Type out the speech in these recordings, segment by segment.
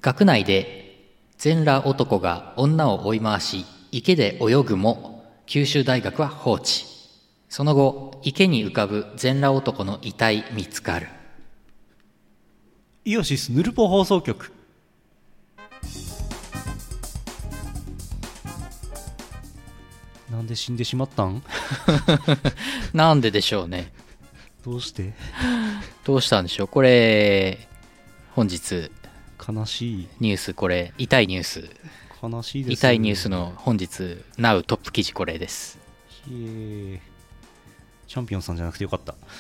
学内で全裸男が女を追い回し池で泳ぐも九州大学は放置。その後池に浮かぶ全裸男の遺体見つかる。 イオシスヌルポ放送局。なんで死んでしまったん？ なんででしょうね。 どうして？ どうしたんでしょう。これ本日悲しいニュース、これ痛いニュース、 悲しいです。 痛いニュースの本日 Now トップ記事これです。 チャンピオンさんじゃなくてよかった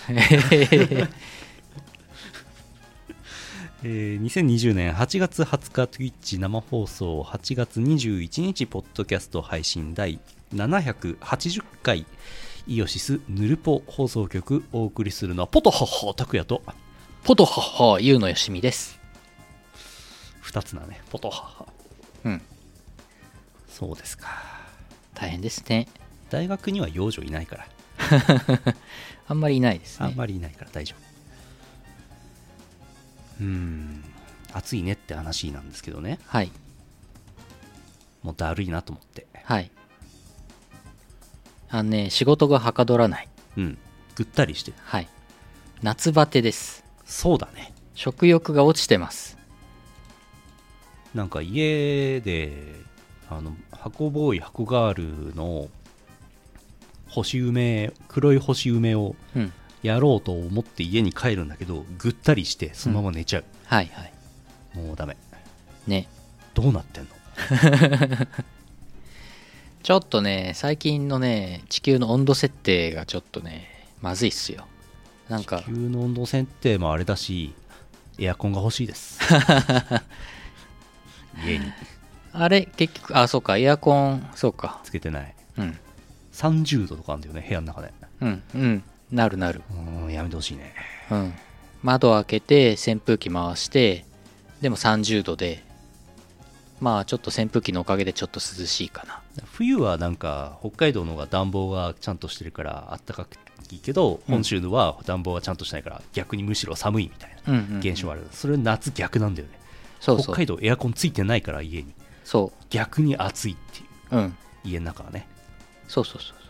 。2020年8月20日 Twitch 生放送、8月21日ポッドキャスト配信第780回イオシスヌルポ放送局、お送りするのはポトハッハ拓也とポトハッハユウのよしみです。 2つだね、ポトハッハ。 うん、 そうですか。 大変ですね。 大学には幼女いないからあんまりいないですね。 あんまりいないから大丈夫。暑いねって話なんですけどね。 はい。 もうだるいなと思って。 はい。仕事がはかどらない。 ぐったりして。 はい。夏バテです。 そうだね。 食欲が落ちてます。 なんか家で箱ボーイ箱ガールの星梅、黒い星梅をやろうと思って家に帰るんだけど、ぐったりしてそのまま寝ちゃう。 はいはい。 もうダメね。 どうなってんの？ ちょっとね、最近のね、地球の温度設定がちょっとね、まずいっすよ。なんか地球の温度設定もあれだし、エアコンが欲しいです家にあれ結局、そうか、エアコン、そうか、 つけてない。 うん 30度とかあるんだよね、部屋の中で。 なるなる。 やめてほしいね。 窓開けて扇風機回して、でも30度で、まあちょっと扇風機のおかげでちょっと涼しいかな。 冬はなんか北海道の方が暖房がちゃんとしてるからあったかくいいけど、本州のは暖房がちゃんとしないから逆にむしろ寒いみたいな現象がある。それ夏逆なんだよね。 そうそう、 北海道エアコンついてないから家に。 そう逆に暑いっていう、家の中はね。 そう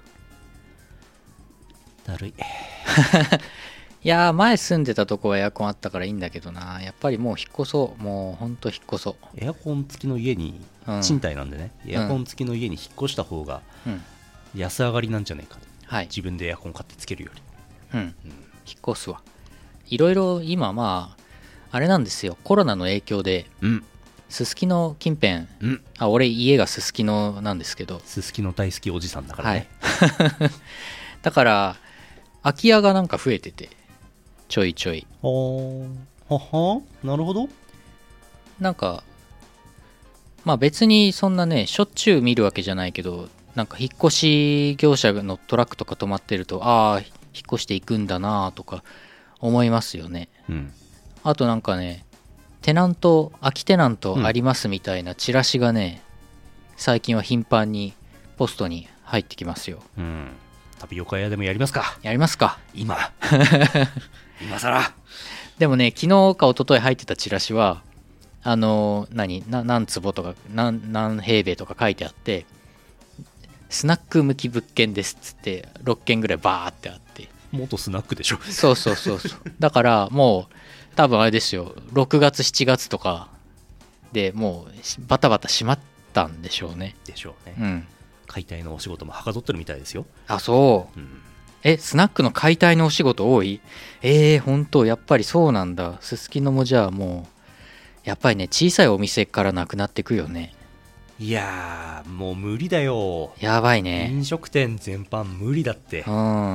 だるい。 いやー、前住んでたとこはエアコンあったからいいんだけどな。やっぱりもう引っ越そう。もうほんと引っ越そう。 エアコン付きの家に、賃貸なんでね、エアコン付きの家に引っ越した方が安上がりなんじゃないかと、自分でエアコン買ってつけるより。 引っ越すわ。いろいろ今まああれなんですよ、コロナの影響で、すすきの近辺、俺家がすすきのなんですけど、 すすきの大好きおじさんだからね、 だから空き家がなんか増えてて、ちょいちょい。 なるほど。 なんかまあ別にそんなねしょっちゅう見るわけじゃないけど、なんか引っ越し業者のトラックとか止まってると、引っ越していくんだなとか思いますよね。あとなんかね、空きテナントありますみたいなチラシがね、最近は頻繁にポストに入ってきますよ。 タピオカ屋でもやりますか。 やりますか今さら。 でもね、昨日か一昨日入ってたチラシは何坪とか何平米とか書いてあって、スナック向き物件ですっつって6件ぐらいバーってあって、 元スナックでしょ。 そうだからもう多分あれですよ、6月7月とかでもうバタバタ閉まったんでしょうね。 解体のお仕事もはかどってるみたいですよ。 そう、スナックの解体のお仕事多い？本当やっぱりそうなんだ。すすきのもじゃあもうやっぱりね、小さいお店からなくなってくよね。 いやーもう無理だよ。 やばいね。 飲食店全般無理だって。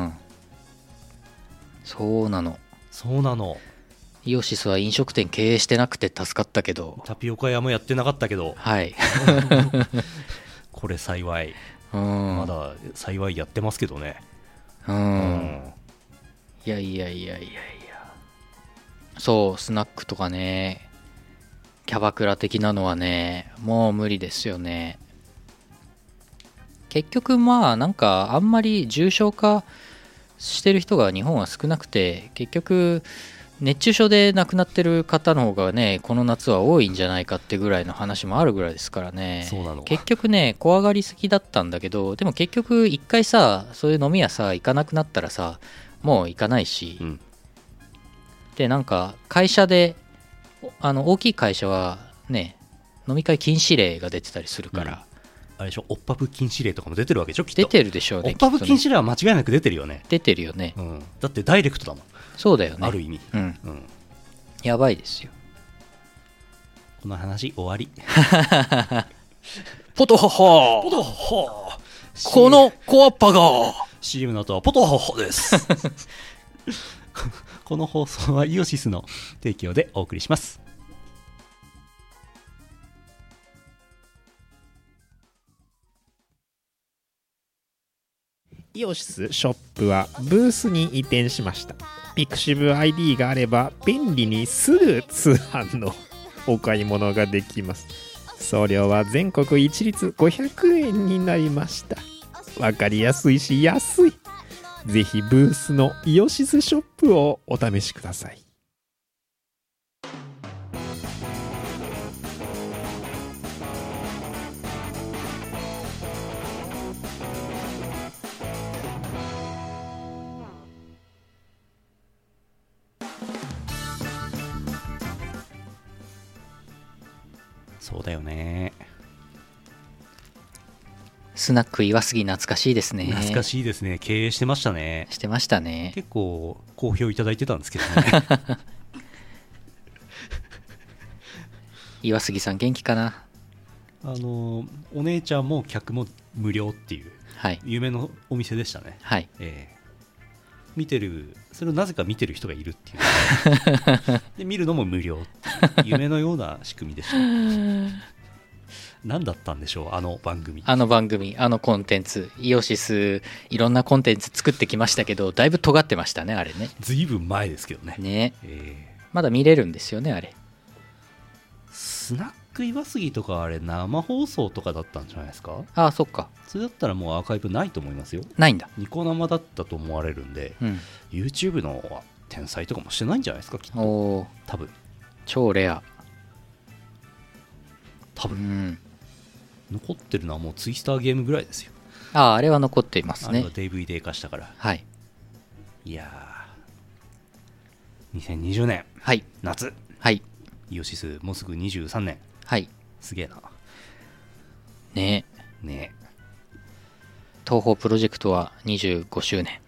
そうなの。イオシスは飲食店経営してなくて助かったけど、 タピオカ屋もやってなかったけど、これ幸い、まだ幸いやってますけどね。 いやそうスナックとかね、キャバクラ的なのはね、もう無理ですよね。結局まあなんかあんまり重症化してる人が日本は少なくて、結局熱中症で亡くなってる方の方がねこの夏は多いんじゃないかってぐらいの話もあるぐらいですからね。 そうなの。 結局ね怖がりすぎだったんだけど、でも結局一回さそういう飲み屋さ行かなくなったらさもう行かないし、でなんか会社で大きい会社はね飲み会禁止令が出てたりするから、 あれでしょ、オッパブ禁止令とかも出てるわけでしょ、きっと。 出てるでしょうね。 オッパブ禁止令は間違いなく出てるよね。 出てるよね、 だってダイレクトだもん。 そうだよね、 ある意味、 やばいですよ。 この話終わり。 ポトホホポトホこのコアッパが CM の後はポトホホですこの放送はイオシスの提供でお送りします。 イオシスショップはブースに移転しました。ピクシブ ID があれば便利にすぐ通販のお買い物ができます。送料は全国一律500円になりました。わかりやすいし安い。ぜひブースのイオシスショップをお試しください。 そうだよね。 スナック岩杉懐かしいですね。 懐かしいですね。経営してましたね。 してましたね。 結構好評いただいてたんですけどね岩杉さん元気かな。 お姉ちゃんも客も無料っていう、 はい、 夢のお店でしたね。 はい、 見てる、それをなぜか見てる人がいるっていうで見るのも無料っていう夢のような仕組みでした何だったんでしょう、あの番組、 あのコンテンツ。イオシスいろんなコンテンツ作ってきましたけど、だいぶ尖ってましたねあれね。 ずいぶん前ですけどね。 まだ見れるんですよねあれ。 スナック岩杉とかあれ生放送とかだったんじゃないですか。 ああそっか。 それだったらもうアーカイブないと思いますよ。 ないんだ。 ニコ生だったと思われるんで、YouTube の転載とかもしてないんじゃないですかきっと。多分超レア。 多分、残ってるのはもうツイスターゲームぐらいですよ。 あれは残っていますね。 あれは DVD 化したから。 はい。 いやー、2020年、 はい、 夏、 はい、 イオシスもうすぐ23年、 はい、 すげえな。 ね東宝プロジェクトは25周年。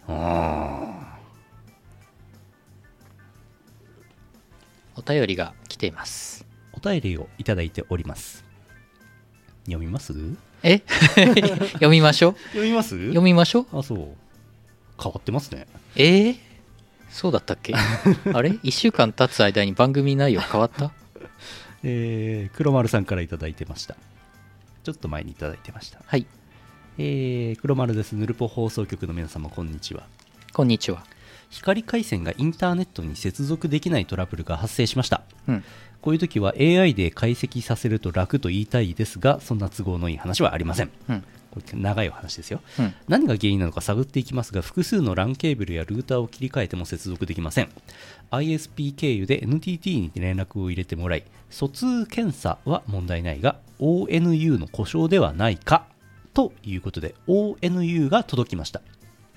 お便りが来ています。 お便りをいただいております。読みます？ 読みましょう。 読みます？ 読みましょう。 あ、そう。変わってますね。 そうだったっけあれ ?1 週間経つ間に番組内容変わった黒丸さんからいただいてました。ちょっと前にいただいてました。 はい。 黒丸です。ヌルポ放送局の皆様、こんにちは。 こんにちは。 光回線がインターネットに接続できないトラブルが発生しました。こういう時は AI で解析させると楽と言いたいですが、そんな都合のいい話はありません。これ長いお話ですよ。何が原因なのか探っていきますが、複数の LAN ケーブルやルーターを切り替えても接続できません。ISP 経由で NTT に連絡を入れてもらい、疎通検査は問題ないが ONU の故障ではないかということで ONU が届きました。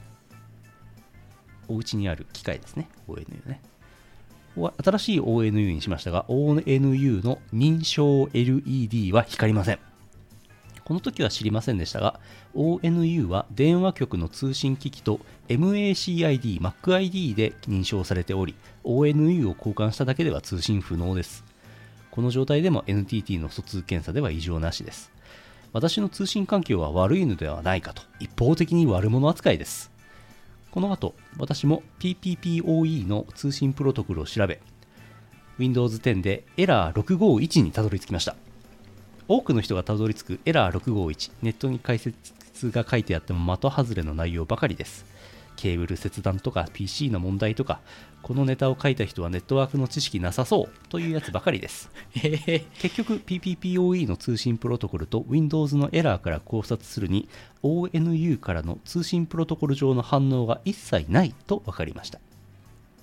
お家にある機械ですね。 ONU ね。新しい ONU にしましたが ONU の認証 LED は光りません。この時は知りませんでしたが ONU は電話局の通信機器と MACID、MACID で認証されており ONU を交換しただけでは通信不能です。この状態でも NTT の疎通検査では異常なしです。私の通信環境は悪いのではないかと一方的に悪者扱いです。この後、私も PPPoE の通信プロトコルを調べ、Windows 10でエラー651にたどり着きました。多くの人がたどり着くエラー651、ネットに解説が書いてあっても的外れの内容ばかりです。ケーブル切断とか PC の問題とか、このネタを書いた人はネットワークの知識なさそうというやつばかりです。結局 PPPoE の通信プロトコルと Windows のエラーから考察するに ONU からの通信プロトコル上の反応が一切ないと分かりました。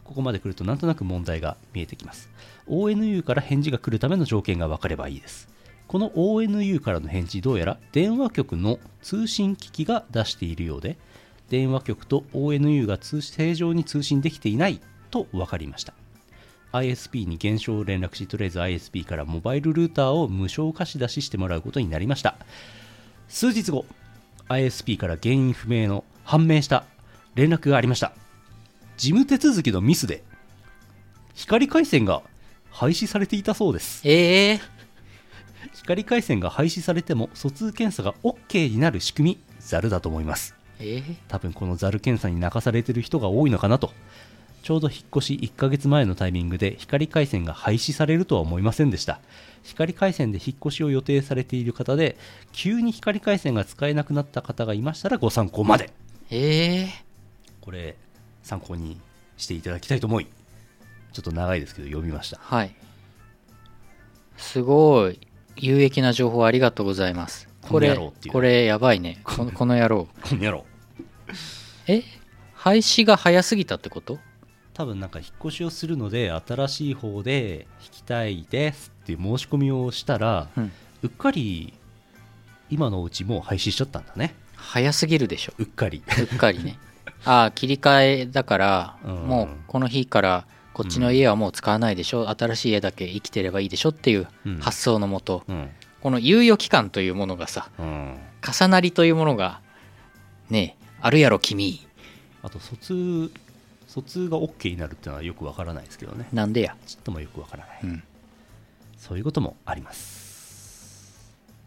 ここまで来るとなんとなく問題が見えてきます。 ONU から返事が来るための条件が分かればいいです。この ONU からの返事、どうやら電話局の通信機器が出しているようで、電話局と ONU が正常に通信できていないと分かりました。 ISP に現象を連絡し、とりあえず ISP からモバイルルーターを無償貸し出ししてもらうことになりました。数日後、 ISP から原因不明の判明した連絡がありました。事務手続きのミスで光回線が廃止されていたそうです。光回線が廃止されても疎通検査が OK になる仕組み、ザルだと思います。多分このザル検査に泣かされてる人が多いのかなと。ちょうど引っ越し1ヶ月前のタイミングで光回線が廃止されるとは思いませんでした。光回線で引っ越しを予定されている方で、急に光回線が使えなくなった方がいましたらご参考まで。これ参考にしていただきたいと思い、ちょっと長いですけど読みました。 はい、すごい有益な情報ありがとうございます。これやばいね。この野郎この野郎廃止が早すぎたってこと？ 多分なんか引っ越しをするので新しい方で引きたいですっていう申し込みをしたら、うっかり今のうちもう廃止しちゃったんだね。 早すぎるでしょ。 うっかりね。切り替えだから、もうこの日からこっちの家はもう使わないでしょ、新しい家だけ生きてればいいでしょっていう発想のもと、この猶予期間というものがさ、重なりというものがねあるやろ君。 あと疎通が OK になるっていうのはよくわからないですけどね。 なんでや、 ちょっともよくわからない、そういうこともあります。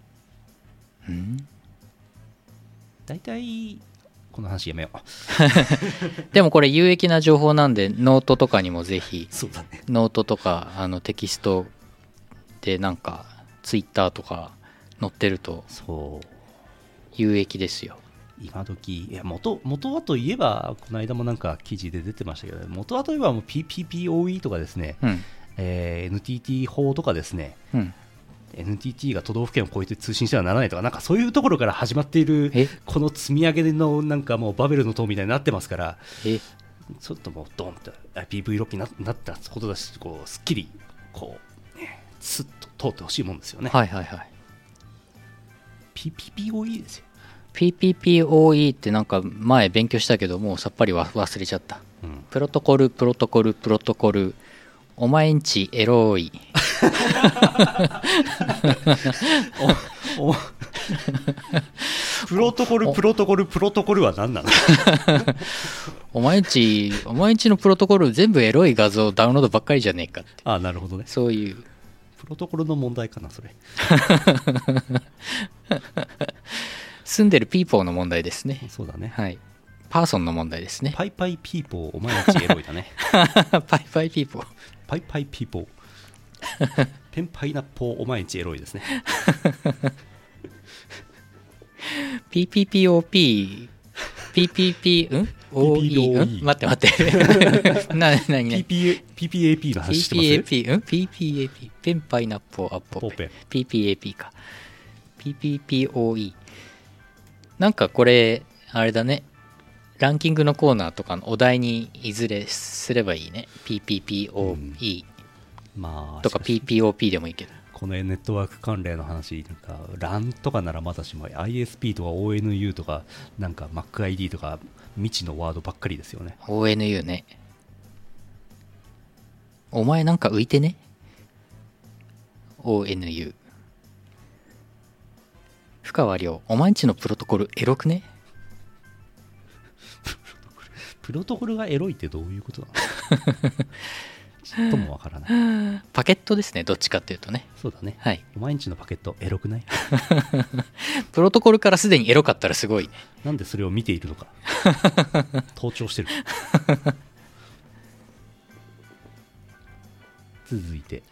だいたいこの話やめようでもこれ有益な情報なんで、ノートとかにもぜひ、 そうだね、 ノートとかテキストでなんかツイッターとか載ってると有益ですよ。 今時いや元はといえば、この間もなんか記事で出てましたけど、元はといえばもう PPOE とかですね、NTT 法とかですね、NTT が都道府県を越えて通信してはならないとか、なんかそういうところから始まっているこの積み上げのなんかもうバベルの塔みたいになってますから、ちょっともうドンと IPv6 になったことだし、こうすっきりこう、スッと通ってほしいもんですよね。PPOE ですよ。 PPPoE ってなんか前勉強したけど、もうさっぱり忘れちゃった、プロトコルお前んちエロいプロトコルは何なのお前んちのプロトコル全部エロい画像ダウンロードばっかりじゃねえかって。 なるほどね。 そういうプロトコルの問題かなそれ住んでるピーポーの問題ですね。 そうだね。 パーソンの問題ですね。 パイパイピーポーお前んちエロいだねパイパイピーポーパイパイピーポーペンパイナッポーお前んちエロいですね PPPOP PPP 待って何 PPAP の話してます？ PPAP ペンパイナッポーアッポペ PPAP か PPPOE。 なんかこれあれだね、ランキングのコーナーとかのお題にいずれすればいいね。 PPPOE、とか PPOP でもいいけど、 このネットワーク関連の話、なんか LAN とかならまだしも ISP とか ONU とかなんか MacID とか未知のワードばっかりですよね。 ONU ね。お前なんか浮いてね。 ONU。 深川亮、お前んちのプロトコルエロくね。 プロトコルがエロいってどういうことなのちょっともわからないパケットですね、どっちかっていうとね。 そうだね。お前んちのパケットエロくないプロトコルからすでにエロかったらすごいね。 なんでそれを見ているのか盗聴してる続いて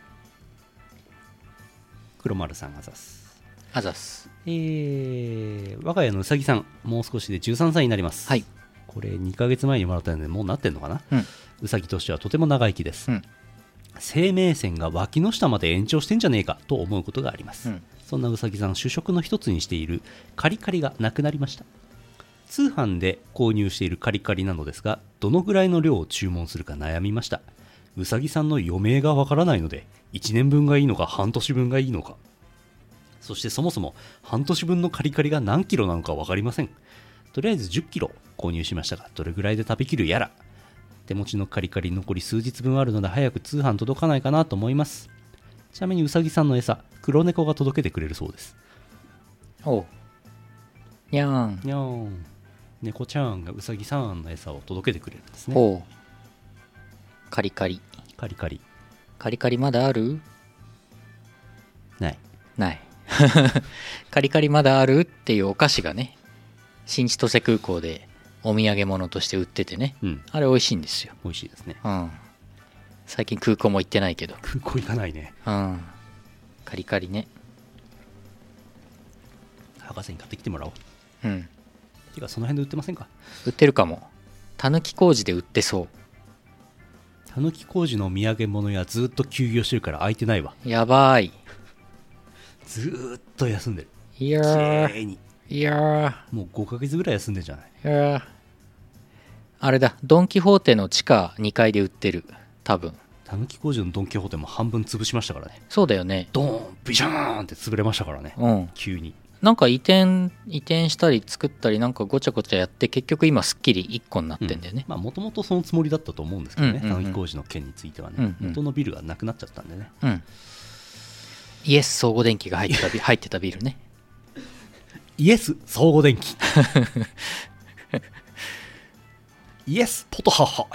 黒丸さんあざす。 あざす。 我が家のうさぎさん、もう少しで13歳になります。これ2ヶ月前にもらったのでもうなってんのかな。うさぎとしてはとても長生きです。生命線が脇の下まで延長してんじゃねえかと思うことがあります。そんなうさぎさん、主食の一つにしているカリカリがなくなりました。 通販で購入しているカリカリなのですが、どのぐらいの量を注文するか悩みました。うさぎさんの余命がわからないので、1年分がいいのか半年分がいいのか、そしてそもそも半年分のカリカリが何キロなのか分かりません。とりあえず10キロ購入しましたが、どれぐらいで食べきるやら。手持ちのカリカリ残り数日分あるので、早く通販届かないかなと思います。ちなみにうさぎさんの餌、黒猫が届けてくれるそうです。 おう、にゃーん。 にゃーん。猫ちゃんがうさぎさんの餌を届けてくれるんですね。 おう、カリカリ。 カリカリ。 カリカリまだある？ ない。 ない。カリカリまだあるっていうお菓子がね、新千歳空港でお土産物として売っててね、 うん。 あれ美味しいんですよ。 美味しいですね。 うん。最近空港も行ってないけど。 空港行かないね。 うん。カリカリね。 博士に買ってきてもらおう。 うん。 てかその辺で売ってませんか？ 売ってるかも。たぬき工事で売ってそう。 たぬき工事の土産物屋ずっと休業してるから空いてないわ。 やばい。 ずーっと休んでる。 いやきー。 れいに。 いやー。 もう5ヶ月ぐらい休んでんじゃない？ いやー。あれだ。ドン・キホーテの地下2階で売ってる。多分。 たぬき工事のドン・キホーテも半分潰しましたからね。 そうだよね。 ドーンビシャーンって潰れましたからね。 うん。 急に。 なんか移転したり作ったりなんかごちゃごちゃやって結局今すっきり1個になってんだよね。 まあもともとそのつもりだったと思うんですけどね。 うんうんうんたぬき工事の件についてはね、 うんうん元のビルがなくなっちゃったんでね。 うん。イエス総合電機が入ってたビルね。 イエス総合電機。イエスポトハハ。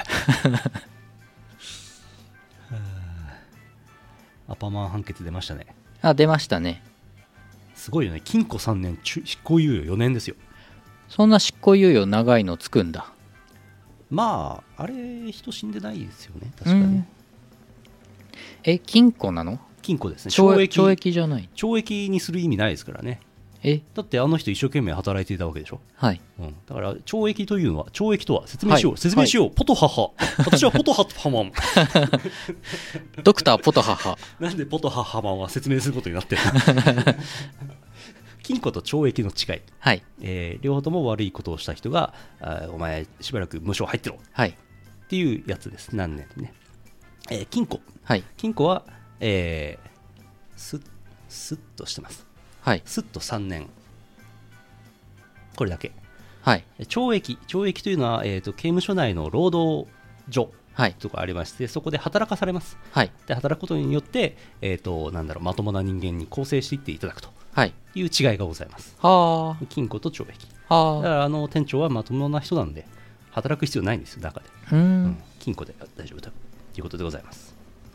アパマン判決出ましたね。 あ、出ましたね。 すごいよね。禁錮3年、執行猶予4年ですよ。 そんな執行猶予長いのつくんだ。 まああれ人死んでないですよね、確かね。 禁錮なの？ 禁錮ですね。 懲役じゃない。 懲役にする意味ないですからね。だってあの人一生懸命働いていたわけでしょ。 はい。 うん、だから懲役というのは、懲役とは説明しよう、説明しよう、ポトハハ。私はポトハハマン。 ドクターポトハハ。 なんでポトハハマンは説明することになってるの？禁錮と懲役の違い。 はい。 両方とも悪いことをした人が、お前しばらく無償入ってろ。 はい。 っていうやつです。何年ね。禁錮。 はい。 禁錮は、スッとしてます。 はい。 スッと3年。これだけ。 はい。 懲役というのは、刑務所内の労働所はいとかありまして、そこで働かされます。 はい。 で働くことによって、まともな人間に更生していっていただくとはいいう違いがございます。 はあ。 禁錮と懲役。 はあ。 だから店長はまともな人なんで働く必要ないんですよ、中で。禁錮で大丈夫ということでございます。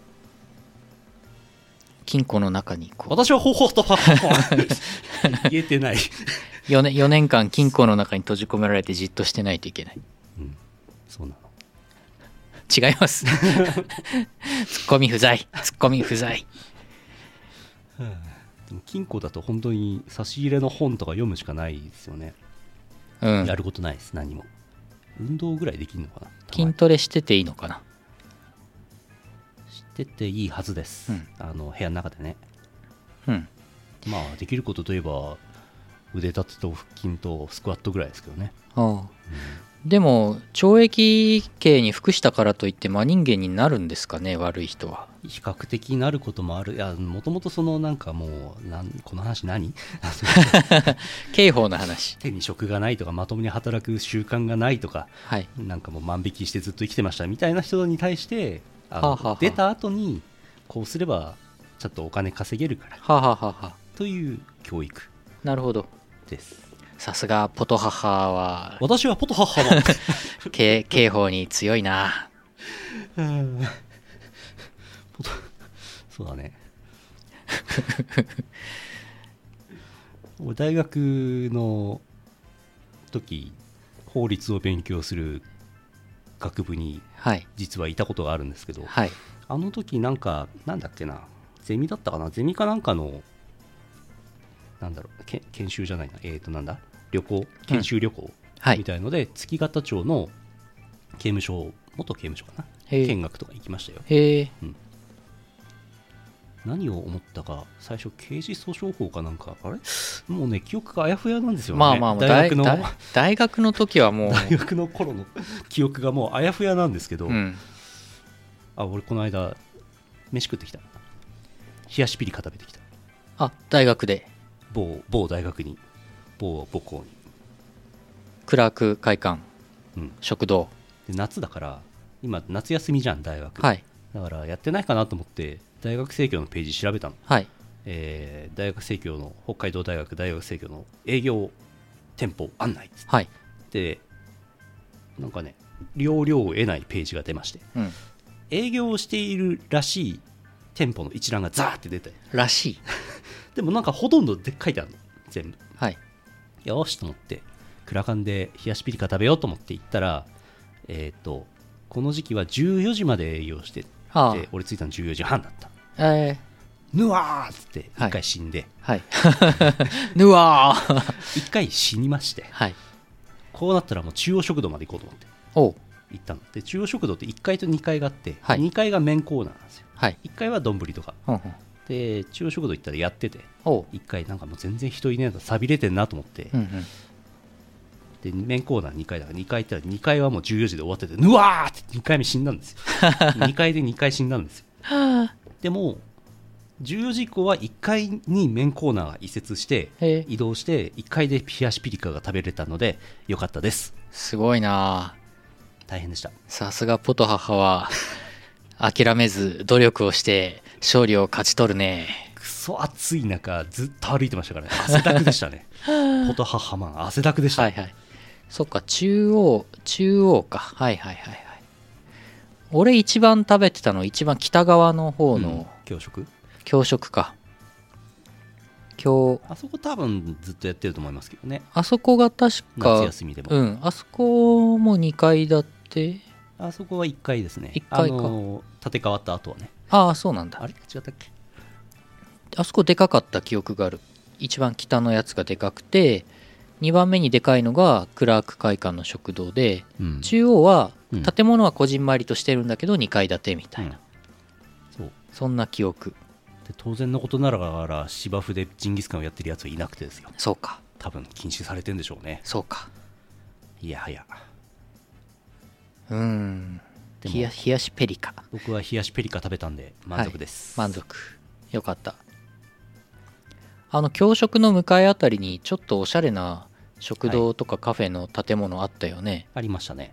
金庫の中にこう私はほほとパパ言えてない。 4年間金庫の中に閉じ込められてじっとしてないといけない。 そうなの。 違います。ツッコミ不在。ツッコミ不在。 でも金庫だと本当に差し入れの本とか読むしかないですよね。やることないです、何も。運動ぐらいできるのかな。 筋トレしてていいのかな。 してていいはずです、部屋の中でね。まあできることといえば腕立てと腹筋とスクワットぐらいですけどね。 でも懲役刑に服したからといって真人間になるんですかね、悪い人は。 比較的なることもある。いや、もともとそのなんかもうこの話何刑法の話。 手に職がないとかまともに働く習慣がないとか、 はい、 なんかもう万引きしてずっと生きてましたみたいな人に対して出た後にこうすればちょっとお金稼げるからという教育。 なるほどです。 さすがポトハハは。 私はポトハハは刑法に強いな。 そうだね。大学の時法律を勉強する学部に実はいたことがあるんですけど、あの時なんだっけな、ゼミだったかな、ゼミかなんかの研修じゃないな、旅行、研修旅行みたいので、月形町の刑務所、元刑務所かな、見学とか行きましたよ。 何を思ったか、最初刑事訴訟法かなんか、あれもうね記憶があやふやなんですよね。 まあまあ大学の時はもう大学の頃の記憶がもうあやふやなんですけど、 うん、 俺この間飯食ってきた。冷やしピリカ食べてきた。 あ、大学で某大学に某母校にクラーク会館、 うん、 食堂で夏だから今夏休みじゃん大学、 はい、 だからやってないかなと思って大学生協のページ調べたの、 はい、 大学生協の北海道大学大学生協の営業店舗案内っつって、 はい、 でなんかね要領を得ないページが出まして、 うん、 営業をしているらしい店舗の一覧がザーって出てらしいでもなんかほとんどで書いてあるの全部、 はい、 よしと思ってクラカンで冷やしピリカ食べようと思って行ったらこの時期は14時まで営業してて、俺着いたの14時半だった。ぬわーっつって1回死んで、 はいぬわー 1回死にまして、 はい、こうなったらもう中央食堂まで行こうと思って行ったので、中央食堂って1階と2階があって、はい、2階が麺コーナーなんですよ、はい、1階は丼とか、で中央食堂行ったらやってて、1階なんかもう全然人いねえんだ、寂れてんなと思って、うんうん、で麺コーナー2階だから2階行ったら2階はもう14時で終わってて、ぬわーって2回目死んだんですよ2階で2回死んだんですよでも14時以降は1階に麺コーナーが移設して移動して1階で冷やしピリカが食べれたのでよかったです。 すごいな、 大変でした。 さすがポト母は諦めず努力をして勝利を勝ち取るね。 クソ暑い中ずっと歩いてましたからね。汗だくでしたねポト母マン汗だくでした、 はいはい、そっか、中央か、はいはいはいはい。俺一番食べてたの一番北側の方の、教職か。 あそこ多分ずっとやってると思いますけどね。 あそこが確か夏休みでも、 うん、あそこも2階だって。 あそこは1階ですね。 1階か、 建て替わった後はね。 ああそうなんだ。 あれ違ったっけ。 あそこでかかった記憶がある。一番北のやつがでかくて、2番目にでかいのがクラーク会館の食堂で、うん、中央は建物はこじんまりとしてるんだけど2階建てみたいな、うん、そんな記憶で、当然のことながら芝生でジンギスカンをやってるやつはいなくてですよ。 そうか、 多分禁止されてんでしょうね。 そうか、 いやはやでも冷やしペリカ、 僕は冷やしペリカ食べたんで満足です、 はい、満足、よかった。教職の向かいあたりにちょっとおしゃれな食堂とかカフェの建物あったよね、はい、 ありましたね。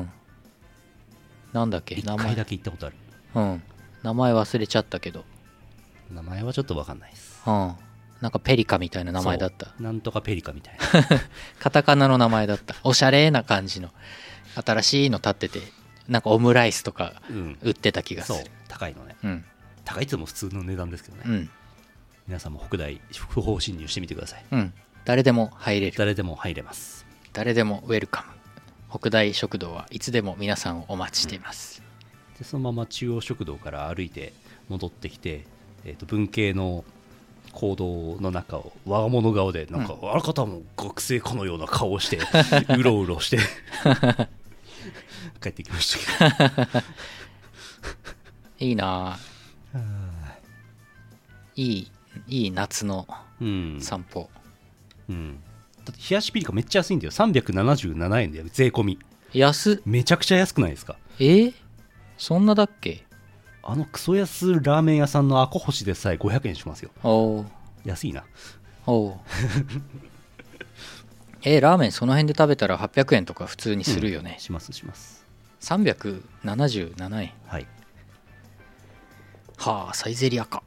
なんだっけ、 1回だけ行ったことある。 名前忘れちゃったけど。 名前はちょっと分かんないです。 なんかペリカみたいな名前だった。 なんとかペリカみたいなカタカナの名前だった。おしゃれな感じの新しいの建ってて、なんかオムライスとか売ってた気がする、 そう高いのね、高いっつも普通の値段ですけどね、皆さんも北大不法侵入してみてください。 誰でも入れる。 誰でも入れます。 誰でもウェルカム。北大食堂はいつでも皆さんをお待ちしています、 でそのまま中央食堂から歩いて戻ってきて、文系の講堂の中を我が物顔でなんか、あらかたも学生かのような顔をしてうろうろして帰ってきましたけどいいな、いい夏の散歩、だって冷やしピリカめっちゃ安いんだよ。377円だよ、税込み。 安っ。 めちゃくちゃ安くないですか。 そんなだっけ。 クソ安ラーメン屋さんのアコ星でさえ500円しますよ。安いな。 ラーメンその辺で食べたら800円とか普通にするよね、 しますします。 377円、 はい。 はあ、サイゼリアか。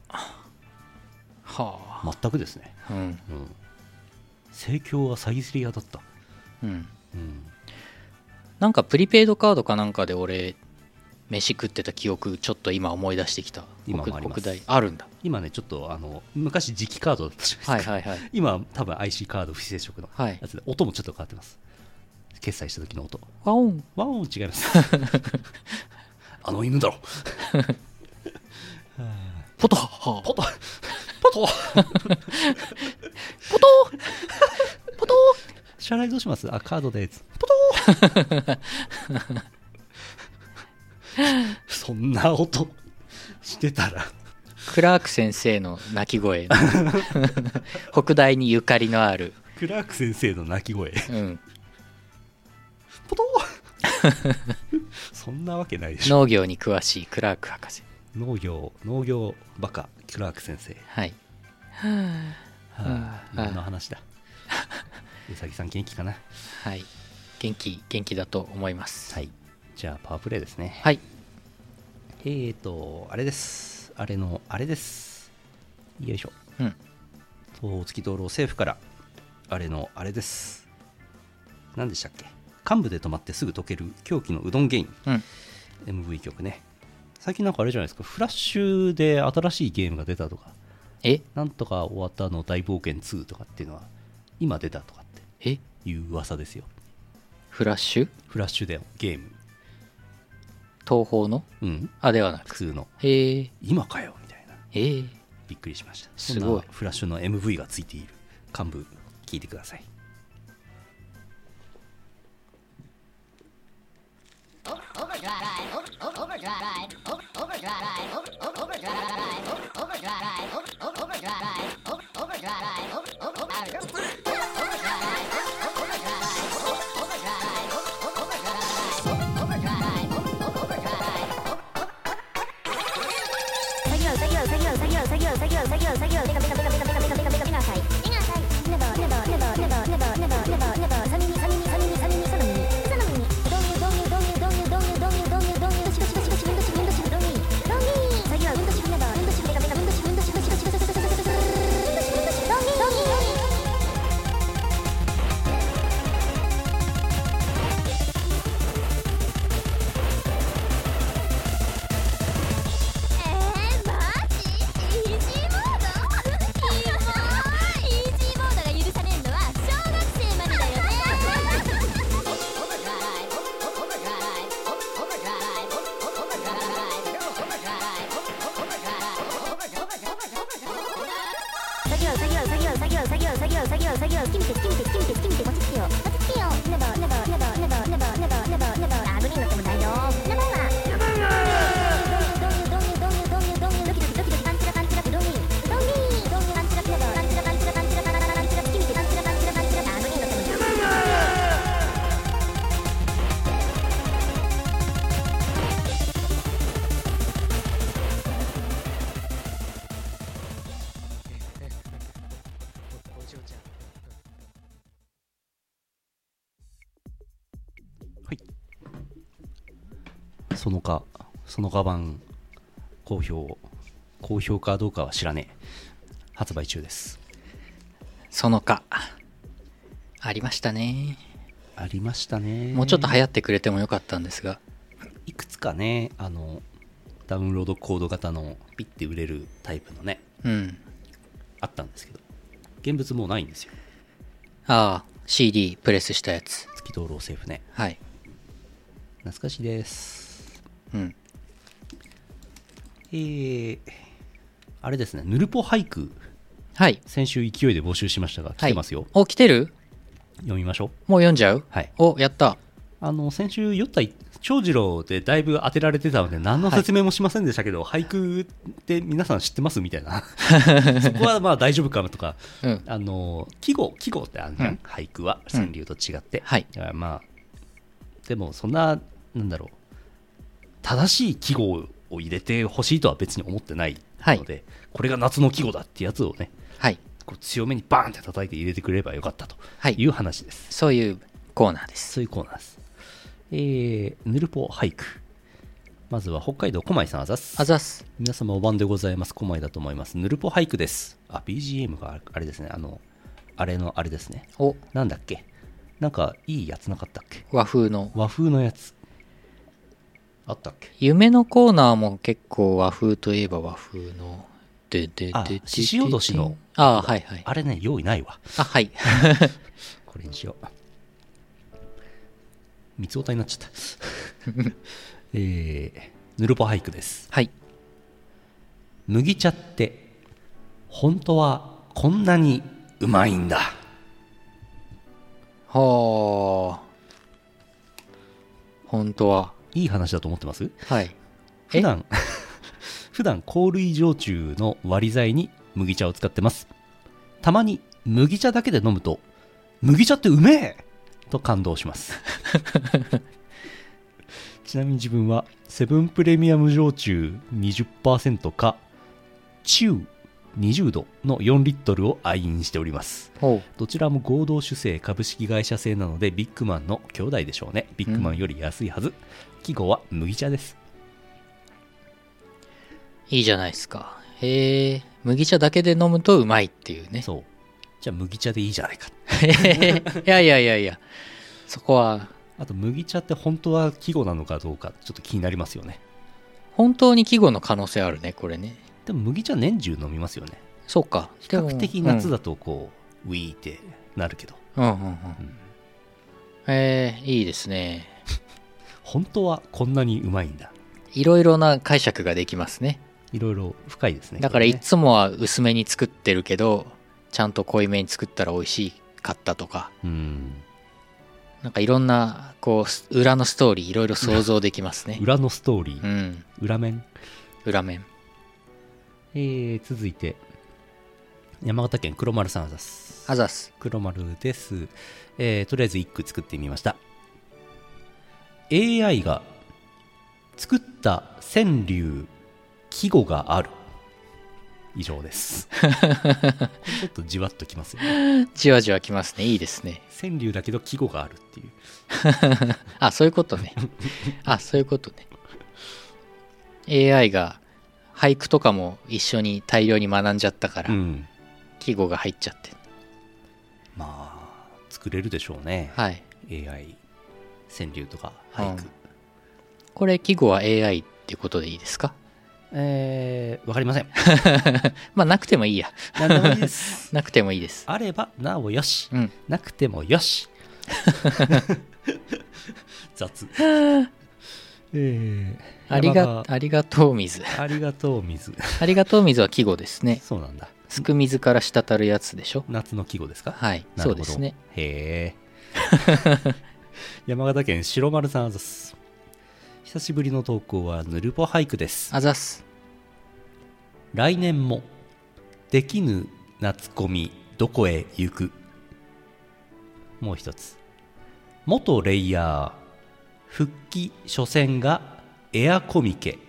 全くですね。盛況はサイゼリアだった。 なんかプリペイドカードかなんかで俺飯食ってた記憶ちょっと今思い出してきた。 今もあります。 北大あるんだ。 今ねちょっと昔磁気カードだったじゃないですか、はいはいはい、今多分 IC カード不接触のやつで、音もちょっと変わってます。決済した時の音、 ワオンワオン違います犬だろポトポトポトポトポト支払いどうします。カードでポトそんな音してたらクラーク先生の鳴き声北大にゆかりのあるクラーク先生の鳴き声うんポトーそんなわけないでしょ。 農業に詳しいクラーク博士。 農業バカクラーク先生。 はいはあ、何の話だ。うさぎさん元気かな。 はい、元気だと思います。 はい、じゃあパワープレイですね。 はい。 あれです。あれです。よいしょ。 うん。 そう、月灯籠政府からあれです。何でしたっけ。幹部で止まってすぐ溶ける狂気のうどんゲイン、うん、MV 曲ね。最近なんかあれじゃないですか、フラッシュで新しいゲームが出たとか、なんとか終わったの大冒険2とかっていうのは今出たとかっていう噂ですよ。 フラッシュでゲーム、 東宝の、 うん、 ではなく普通の。今かよみたいな。びっくりしました。 すごい。 フラッシュの MV がついている幹部聞いてください。そのカバン好評かどうかは知らねえ。発売中です。 そのかありましたね。 もうちょっと流行ってくれてもよかったんですが、 いくつかね、ダウンロードコード型のピッて売れるタイプのね、あったんですけど、現物もうないんですよ。 CD プレスしたやつ。 月灯籠政府ね。 はい、 懐かしいです。あれですね、ヌルポ俳句、 はい、 先週勢いで募集しましたが来てますよ。 来てる。 読みましょう。 もう読んじゃう。 はい。 やった。 先週酔った長次郎でだいぶ当てられてたので何の説明もしませんでしたけど、俳句って皆さん知ってますみたいなそこはまあ大丈夫かなとか、季語ってあるじゃん、俳句は川柳と違って、だからまあでもそんな正しい季語を入れてほしいとは別に思ってないので、これが夏の季語だってやつをね、こう強めにバーンって叩いて入れてくれればよかったという話です。 そういうコーナーです。 ヌルポ俳句、まずは北海道小舞さん、あざす。皆様お晩でございます。小舞だと思います。ヌルポ俳句です。BGM があれですね、あれですね。なんだっけ、なんかいいやつなかったっけ。 和風のやつあったっけ。 夢のコーナーも結構和風といえば和風の獅子おどしの、 あれね、用意ないわ。これにしよう。三つおたになっちゃったヌルポ俳句です。麦茶って本当はこんなにうまいんだ。 本当はいい話だと思ってます。 はい。 普段普段香類焼酎の割り剤に麦茶を使ってます。たまに麦茶だけで飲むと麦茶ってうめえと感動しますちなみに自分はセブンプレミアム焼酎 20% か中20度の4リットルを愛飲しております。どちらも合同酒製株式会社製なのでビッグマンの兄弟でしょうね。ビッグマンより安いはず。季語は麦茶です。 いいじゃないですか。へえ、麦茶だけで飲むとうまいっていうね。 そう。じゃあ麦茶でいいじゃないか。 いやいやいやいや、そこは。 あと麦茶って本当は季語なのかどうかちょっと気になりますよね。 本当に季語の可能性あるね、これね。 でも麦茶年中飲みますよね。 そうか。 比較的夏だとこう、ウィーってなるけど。 いいですね。 本当はこんなにうまいんだ。 いろいろな解釈ができますね。 いろいろ深いですね。 だからいつもは薄めに作ってるけど、ちゃんと濃いめに作ったら美味しかったとか。なんかいろんなこう裏のストーリーいろいろ想像できますね。 裏のストーリー。裏面。 裏面。 続いて山形県黒丸さん、あざす。 あざす。 黒丸です。とりあえず一句作ってみました。 AI が作った川柳季語がある。以上ですこれちょっとじわっときますよね。 じわじわきますね。いいですね。 川柳だけど季語があるっていうあ、そういうことね。あ、そういうことね。 AI が俳句とかも一緒に大量に学んじゃったから、季語が入っちゃって。 まあ作れるでしょうね。 はい。 AI 川柳とか俳句、 これ季語は AI っていうことでいいですか？ わかりませんまあなくてもいいや。 何でもいいですなくてもいいです。 あればなおよし、なくてもよし雑ありがとう水。 ありがとう水。 ありがとう水は季語ですね。 そうなんだ。 すく水から滴るやつでしょ。 夏の季語ですか？ はい、そうですね。 へえ山形県白丸さん、あざす。久しぶりの投稿はぬるぽ俳句です。 あざす。 来年もできぬ夏コミどこへ行く。もう一つ、元レイヤー復帰初戦がエアコミケ。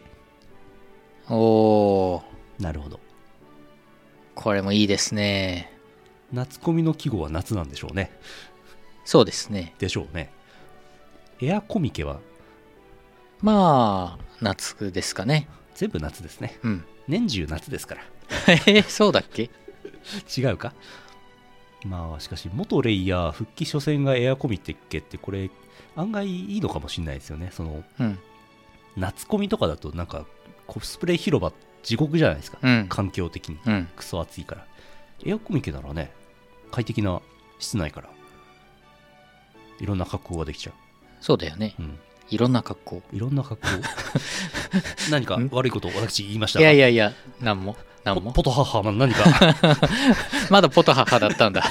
おー、 なるほど。 これもいいですね。 夏コミの季語は夏なんでしょうね。 そうですね。 でしょうね。エアコミケはまあ夏ですかね。 全部夏ですね。年中夏ですからそうだっけ違うか。まあしかし元レイヤー復帰初戦がエアコミケってこれ案外いいのかもしれないですよね。その、夏コミとかだとなんかコスプレ広場地獄じゃないですか、環境的に、クソ暑いから。エアコミケならね、快適な室内からいろんな格好ができちゃう。 そうだよね、いろんな格好。 いろんな格好何か悪いことを私言いましたか？ いやいやいや、なんもポトハハ何かまだポトハハだったんだ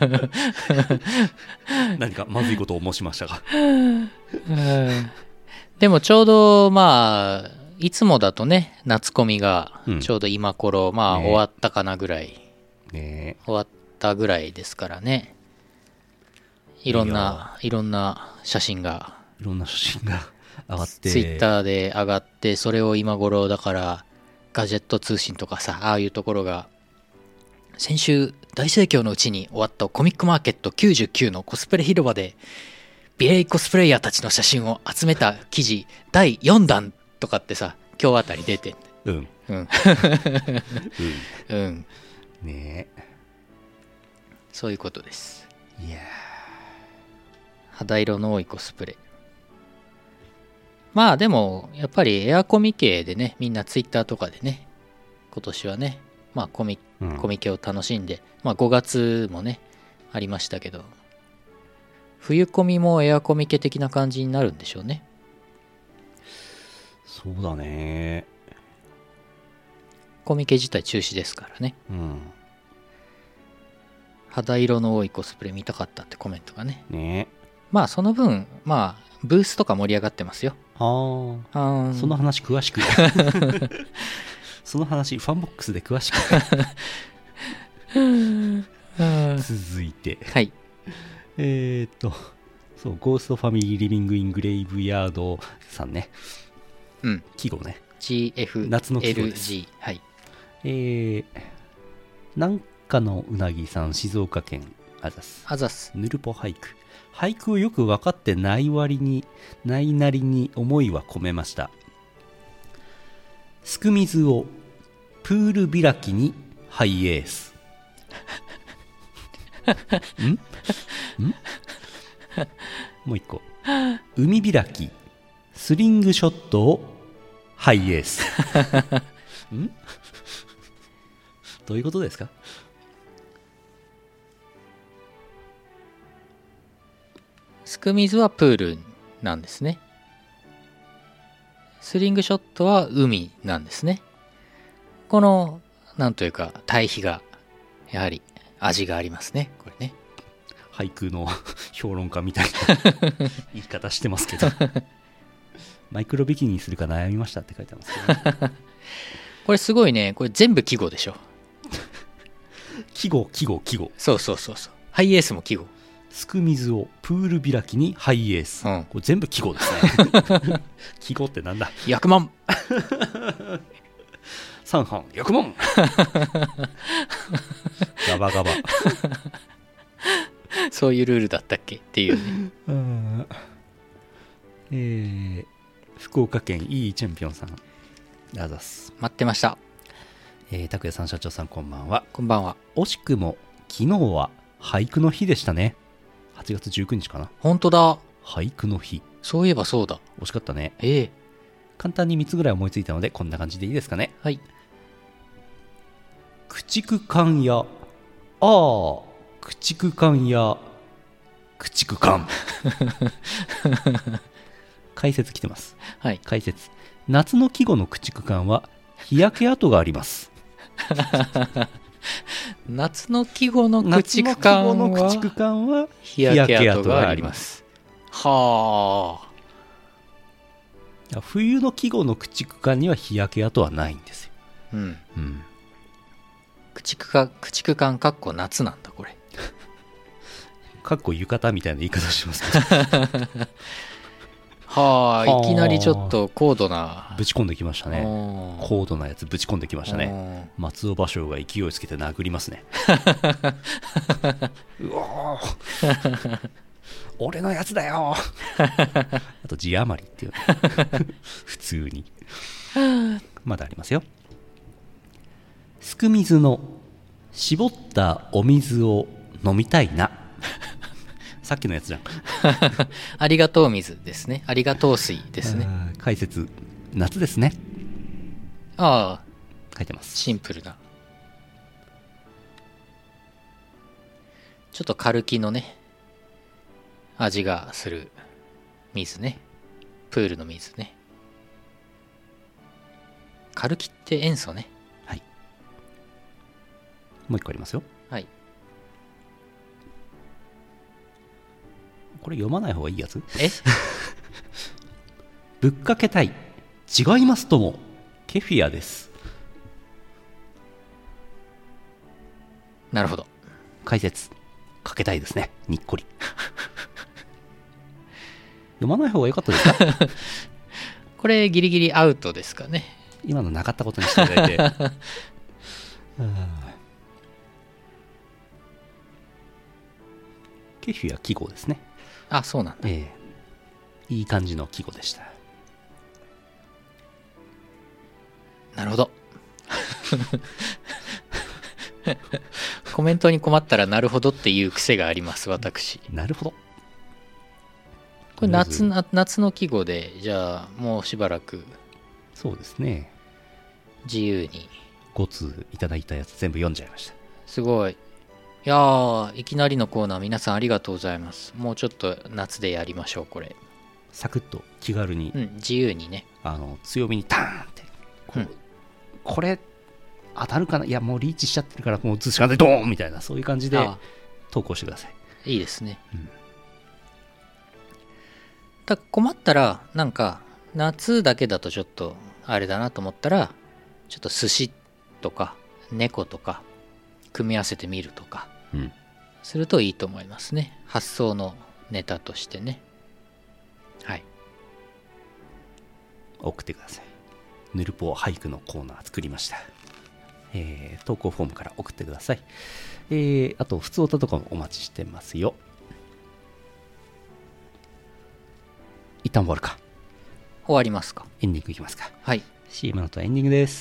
何かまずいことを申しましたがでもちょうどまあいつもだとね、夏コミがちょうど今頃、まあ終わったかなぐらい、終わったぐらいですからね。いろんな写真が上がってツイッターで上がって、それを今頃だからガジェット通信とかさ、ああいうところが先週大盛況のうちに終わったコミックマーケット99のコスプレ広場で美麗コスプレイヤーたちの写真を集めた記事第4弾とかってさ、今日あたり出てねえ、 そういうことです。 いや肌色の多いコスプレ。まあでもやっぱりエアコミ系でね、みんなツイッターとかでね、今年はね、まあコミケを楽しんで、まあ5月もねありましたけど、冬コミもエアコミケ的な感じになるんでしょうね。 そうだね。 コミケ自体中止ですからね。肌色の多いコスプレ見たかったってコメントがね。まあその分、まあブースとか盛り上がってますよ。 その話詳しくその話ファンボックスで詳しく続いてはい。 そうゴーストファミリーリビングイングレイブヤードさんね。 うん。 季語ね。 GFLG。 夏の季語です。 はい。 なんかのうなぎさん、静岡県あざす。 あざす。 ぬるぽ俳句。俳句をよく分かってない割に、ないなりに思いは込めました。すく水をプール開きにハイエース。んもう一個。海開き、スリングショットをハイエース。んどういうことですか？ すく水はプールなんですね。スリングショットは海なんですね。このなんというか対比がやはり味がありますね、これね。 俳句の評論家みたいな言い方してますけどマイクロビキニにするか悩みましたって書いてますけど、ね、 これすごいね。これ全部季語でしょ。 季語。 そう。ハイエースも季語。 すく水をプール開きにハイエース、 うん、 これ全部季語ですね。季語ってなんだ。 役満三半役満ガバガバそういうルールだったっけっていうね。福岡県いいチャンピオンさんあざす。 待ってました。 拓也さん社長さんこんばんは。 こんばんは。 惜しくも昨日は俳句の日でしたね。8月19日かな。 本当だ。 俳句の日。 そういえばそうだ。 惜しかったね。 簡単に3つぐらい思いついたのでこんな感じでいいですかね。 はい。 駆逐艦や駆逐艦や駆逐艦解説来てます。 はい。 解説。夏の季語の駆逐艦は日焼け跡があります。 夏の季語の駆逐艦は日焼け跡があります。はあ。冬の季語の駆逐艦には日焼け跡はないんですよ。 駆逐艦かっこ夏なんだこれ。 かっこ浴衣みたいな言い方しますけど。 いきなりちょっと高度なぶち込んできましたね。高度なやつぶち込んできましたね。松尾芭蕉が勢いつけて殴りますね。うお俺のやつだよあと字余りっていう普通にまだありますよ。すく水の絞ったお水を飲みたいな。さっきのやつじゃん。 ありがとう水ですね。ありがとう水ですね。 解説夏ですね。 書いてます。 シンプルな。ちょっとカルキのね味がする水ね。プールの水ね。カルキって塩素ね。 はい。もう一個ありますよ。 はい。 これ読まない方がいいやつ？ぶっかけたい。違いますとも。ケフィアです。 なるほど。 解説。かけたいですね。にっこり。読まない方が良かったですか？ これギリギリアウトですかね。 今のなかったことにしていただいて。ケフィア季語ですね。 そうなんだ。 いい感じの季語でした。 なるほど。コメントに困ったらなるほどっていう癖があります私。 なるほど。 これ夏の季語で、じゃあもうしばらくそうですね自由に 5通いただいたやつ全部読んじゃいました。 すごい。いやー、いきなりのコーナー皆さんありがとうございます。もうちょっと夏でやりましょう。これサクッと気軽に、 自由にね、 強みにターンってこれ当たるかな、いやもうリーチしちゃってるからもう打つしかないドーンみたいな、そういう感じで投稿してください。 いいですね。困ったらなんか夏だけだとちょっとあれだなと思ったらちょっと寿司とか猫とか組み合わせてみるとかするといいと思いますね。発想のネタとしてね。はい、 送ってください。ヌルポ俳句のコーナー作りました。投稿フォームから送ってください。あと普通歌とかもお待ちしてますよ。一旦終わるか。 終わりますか。 エンディングいきますか。 はい。 CM の後エンディングです。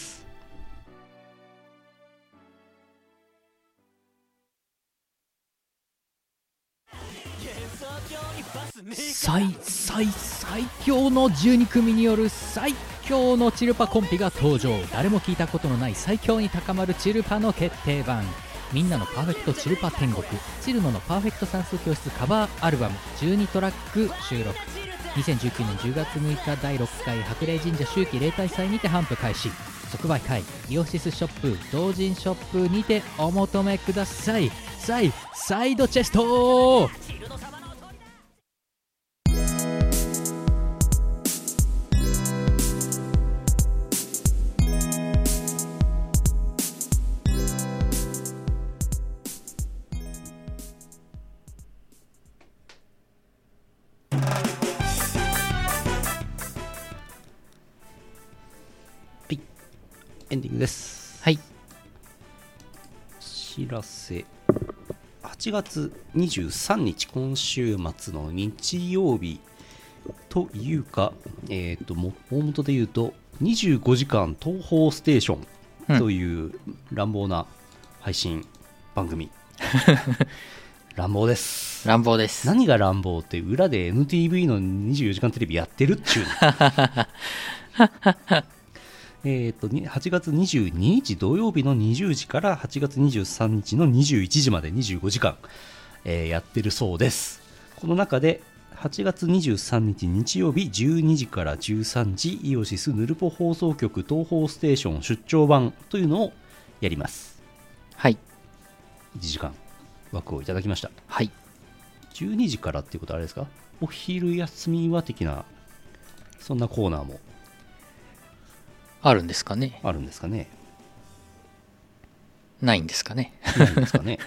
最強の12組による最強のチルパコンピが登場。誰も聞いたことのない最強に高まるチルパの決定版。みんなのパーフェクトチルパ天国、チルノのパーフェクト算数教室カバーアルバム12トラック収録。2019年10月6日第6回白麗神社秋季例大祭にて頒布開始。即売会イオシスショップ同人ショップにてお求めください。サイドチェスト。 エンディングです。 はい。 知らせ。8月23日今週末の日曜日というか、大元で言うと25時間東宝ステーションという乱暴な配信番組、乱暴です。 乱暴です。 何が乱暴って、裏で NTV の24時間テレビやってるっちゅうの。8月22日土曜日の20時から8月23日の21時まで25時間、やってるそうです。この中で8月23日日曜日12時から13時、イオシスヌルポ放送局東宝ステーション出張版というのをやります。 はい。 1時間枠をいただきました。 はい。 12時からっていうことはあれですか、お昼休みは的な、そんなコーナーもあるんですかね。 あるんですかね。 ないんですかね。 ないんですかね。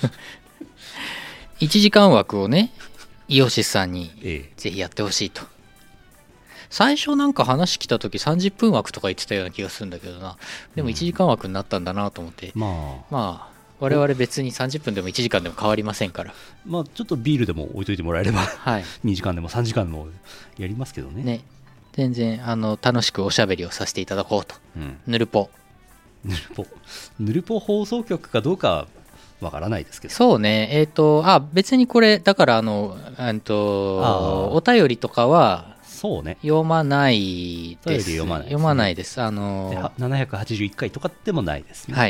1時間枠をね、イオシスさんにええ、 ぜひやってほしいと。最初なんか話来た時30分枠とか言ってたような気がするんだけどな。でも1時間枠になったんだなと思って、 まあ我々別に30分でも1時間でも変わりませんから。 あちょっとビールでも置いといてもらえれば、 はい、 2時間でも3時間でもやりますけどね。 ね、全然楽しくおしゃべりをさせていただこうと。ヌルポヌルポ放送局かどうかわからないですけど。 そうね。別にこれだからお便りとかはそうね、 読まないです。 読まないです。 781回とかでもないですね。 はい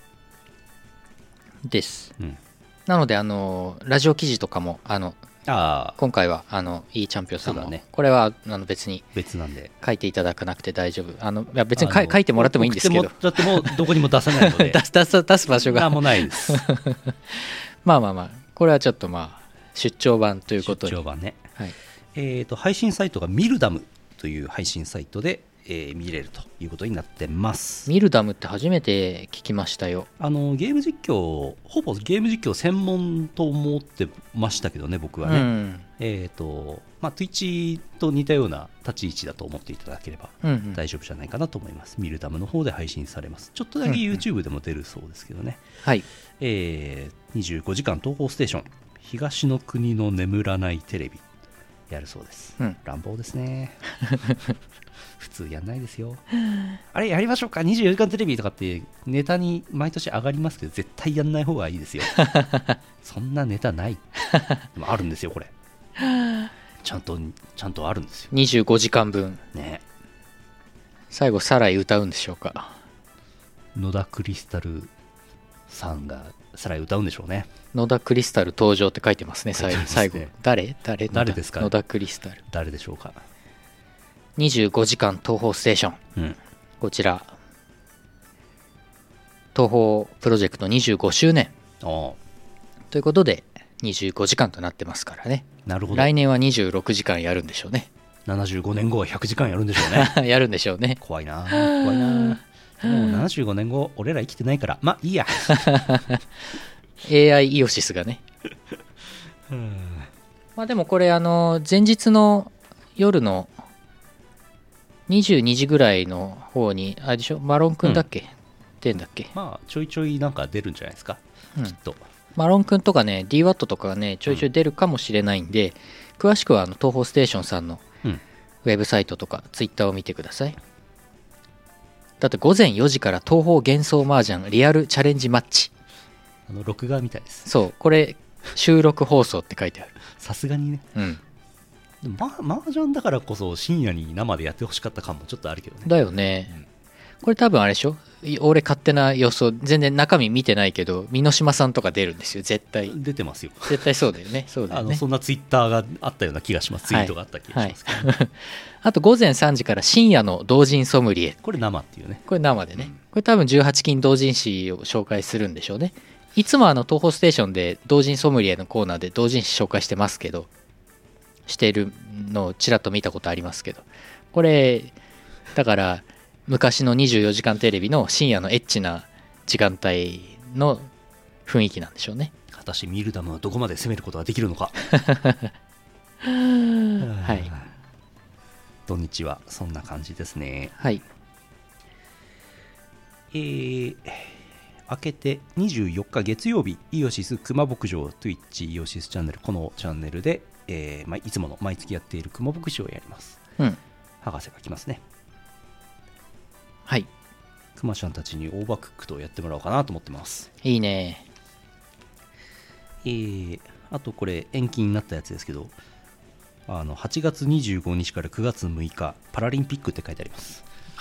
です、なのでラジオ記事とかも今回はいいチャンピオンさんも、これは別に別なんで書いていただかなくて大丈夫。別に書いてもらってもいいんですけど、 だってもうどこにも出さないので出す場所が何もないです。 まあこれはちょっと出張版ということで、 出張版ね、 はい、 配信サイトがミルダムという配信サイトで、見れるということになってます。 ミルダムって初めて聞きましたよ。 ゲーム実況、ほぼゲーム実況専門と思ってましたけどね、僕はね。Twitch と似たような立ち位置だと思っていただければ大丈夫じゃないかなと思います。ミルダムの方で配信されます。ちょっとだけ YouTube でも出るそうですけどね。 はい。 25時間東宝ステーション、東の国の眠らないテレビやるそうです。乱暴ですね。普通やんないですよ。あれやりましょうか、24時間テレビとかってネタに毎年上がりますけど、絶対やんない方がいいですよ。そんなネタない。でもあるんですよ、これ。ちゃんとあるんですよ。 25時間分ね。 最後サライ歌うんでしょうか。 野田クリスタルさんがサライ歌うんでしょうね。 野田クリスタル登場って書いてますね、最後。誰ですか。 野田クリスタル誰でしょうか。 25時間東宝ステーション、こちら東宝プロジェクト25周年ということで25時間となってますからね。 なるほど。 来年は26時間やるんでしょうね。 75年後は100時間やるんでしょうね。 やるんでしょうね。 怖いな。 もう75年後俺ら生きてないからまあいいや。 AI イオシスがね。まあでもこれ前日の夜の22時ぐらいの方にあれでしょ、マロンくんだっけ、出んだっけ。 まあちょいちょいなんか出るんじゃないですか、きっと。 マロンくんとかね DWAT とかがねちょいちょい出るかもしれないんで、詳しくは東宝ステーションさんのウェブサイトとかツイッターを見てください。だって午前4時から東宝幻想麻雀リアルチャレンジマッチ、 録画みたいです。 そうこれ収録放送って書いてある。 さすがにね。でも麻雀だからこそ深夜に生でやってほしかった感もちょっとあるけどね。 だよね、これ多分あれでしょ、俺勝手な予想、全然中身見てないけど箕島さんとか出るんですよ絶対。 出てますよ絶対そうだよね。そうだよね。 そんなツイッターがあったような気がします。ツイートがあった気がしますけど、 はいあと午前3時から深夜の同人ソムリエ、 これ生っていうね。 これ生でね、これ多分18禁同人誌を紹介するんでしょうね。いつも東宝ステーションで同人ソムリエのコーナーで同人誌紹介してますけど、してるのをちらっと見たことありますけど、これだから昔の24時間テレビの深夜のエッチな時間帯の雰囲気なんでしょうね。 果たしてミルダムはどこまで攻めることができるのか。 はい。 土日はそんな感じですね。 はい。 明けて24日月曜日、イオシス熊牧場 Twitch イオシスチャンネル、このチャンネルで、いつもの毎月やっている熊牧場をやります。博士が来ますね。 はい。 熊ちゃんたちにオーバークックとやってもらおうかなと思ってます。 いいね。 あとこれ延期になったやつですけど、8月25日から9月6日パラリンピックって書いてあります。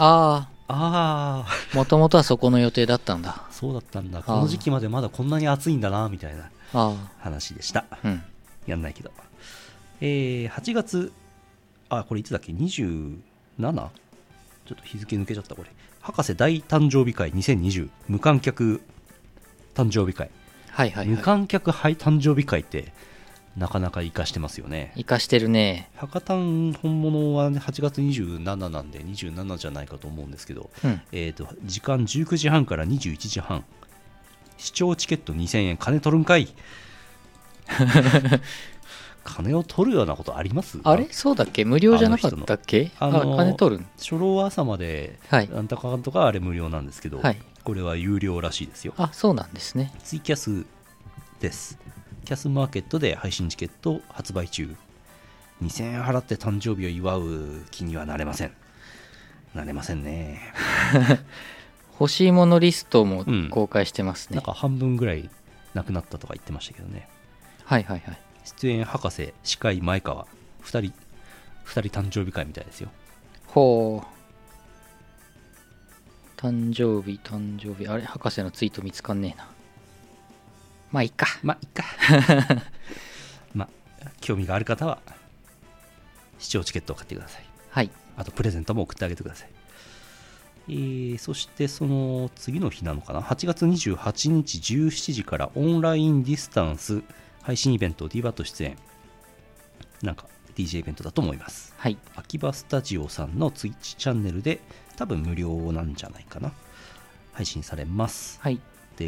もともとはそこの予定だったんだ。 そうだったんだ。この時期までまだこんなに暑いんだなみたいな話でした。やんないけど、8月これいつだっけ、27？ ちょっと日付抜けちゃった。これ博士大誕生日会2020無観客誕生日会。無観客誕生日会ってなかなか活かしてますよね。 活かしてるね。 博多本物は、ね、8月27なんで27じゃないかと思うんですけど、時間19時半から21時半、視聴チケット2000円、金取るんかい。金を取るようなことあります？ あれそうだっけ、無料じゃなかったっけ？金取る。 初老は朝まで、なんとかとかあれ無料なんですけど、これは有料らしいですよ。 そうなんですね。 ツイキャスです。キャスマーケットで配信チケット発売中。2000円払って誕生日を祝う気にはなれません。なれませんね。 欲しいものリストも公開してますね。 なんか半分ぐらいなくなったとか言ってましたけどね。出演博士、司会前川、2人誕生日会みたいですよ。 ほう。誕生日あれ博士のツイート見つかんねえな。まあいいか。 まあ興味がある方は視聴チケットを買ってください。 はい。 あとプレゼントも送ってあげてください。そしてその次の日なのかな、8月28日17時からオンラインディスタンス配信イベント DWAT 出演、なんか DJ イベントだと思います。 はい。 秋葉スタジオさんの Twitch チャンネルで多分無料なんじゃないかな、配信されます。 はい。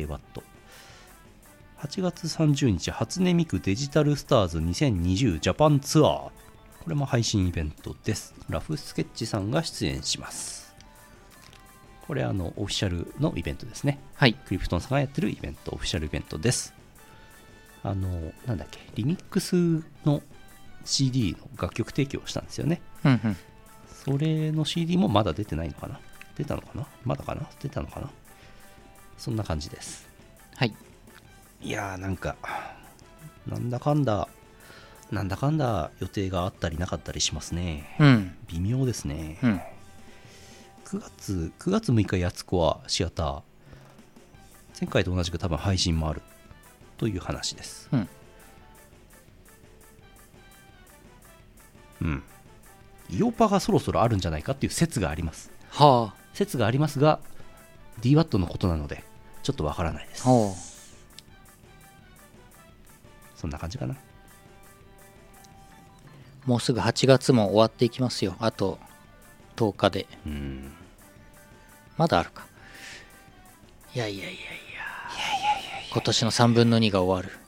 DWAT。8月30日初音ミクデジタルスターズ2020ジャパンツアー、これも配信イベントです。ラフスケッチさんが出演します。これオフィシャルのイベントですね。 はい。 クリプトンさんがやってるイベント、オフィシャルイベントです。なんだっけ、リミックスの CD の楽曲提供をしたんですよね。それの CD もまだ出てないのかな、出たのかな、まだかな、出たのかな、そんな感じです。 はい。 いやー、なんかなんだかんだ予定があったりなかったりしますね。微妙ですね。9月6日やつこはシアター、前回と同じく多分配信もあるという話です。イオパがそろそろあるんじゃないかっていう説があります。説がありますが DWAT のことなのでちょっとわからないです。そんな感じかな。 もうすぐ8月も終わっていきますよ。あと10日で。まだあるか。 いや今年の3分の2が終わる。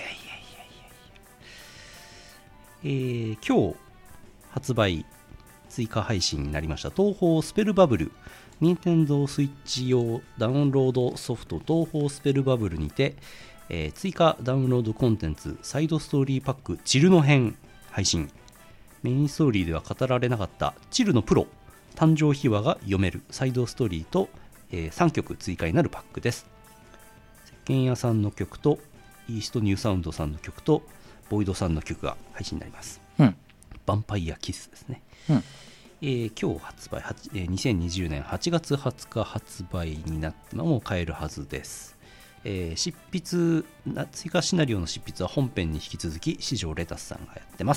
今日発売追加配信になりました東宝スペルバブル、任天堂スイッチ用ダウンロードソフト東宝スペルバブルにて、追加ダウンロードコンテンツサイドストーリーパックチルノ編配信。メインストーリーでは語られなかったチルのプロ誕生秘話が読めるサイドストーリーと、3曲追加になるパックです。石鹸屋さんの曲とイーストニューサウンドさんの曲とボイドさんの曲が配信になります。 うん。 ヴァンパイアキスですね。 うん。 今日発売、2020年8月20日発売になってもう買えるはずです。執筆追加シナリオの執筆は本編に引き続き四条レタスさんがやってます。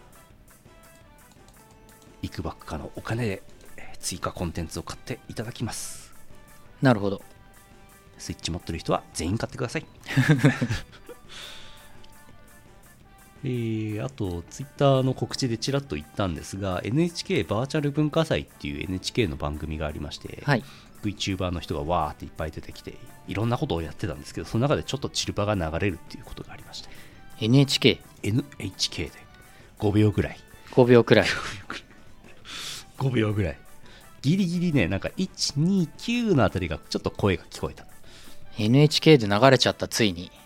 いくばくかのお金で追加コンテンツを買っていただきます。 なるほど。 スイッチ持ってる人は全員買ってください。あとツイッターの告知でちらっと言ったんですが NHK バーチャル文化祭っていう NHK の番組がありまして、 はい、 VTuber の人がわーっていっぱい出てきていろんなことをやってたんですけど、その中でちょっとチルパが流れるっていうことがありまして NHK で5秒ぐらい 5秒くらい 5秒ぐらいギリギリね、なんか129のあたりがちょっと声が聞こえた。 NHK で流れちゃった。ついに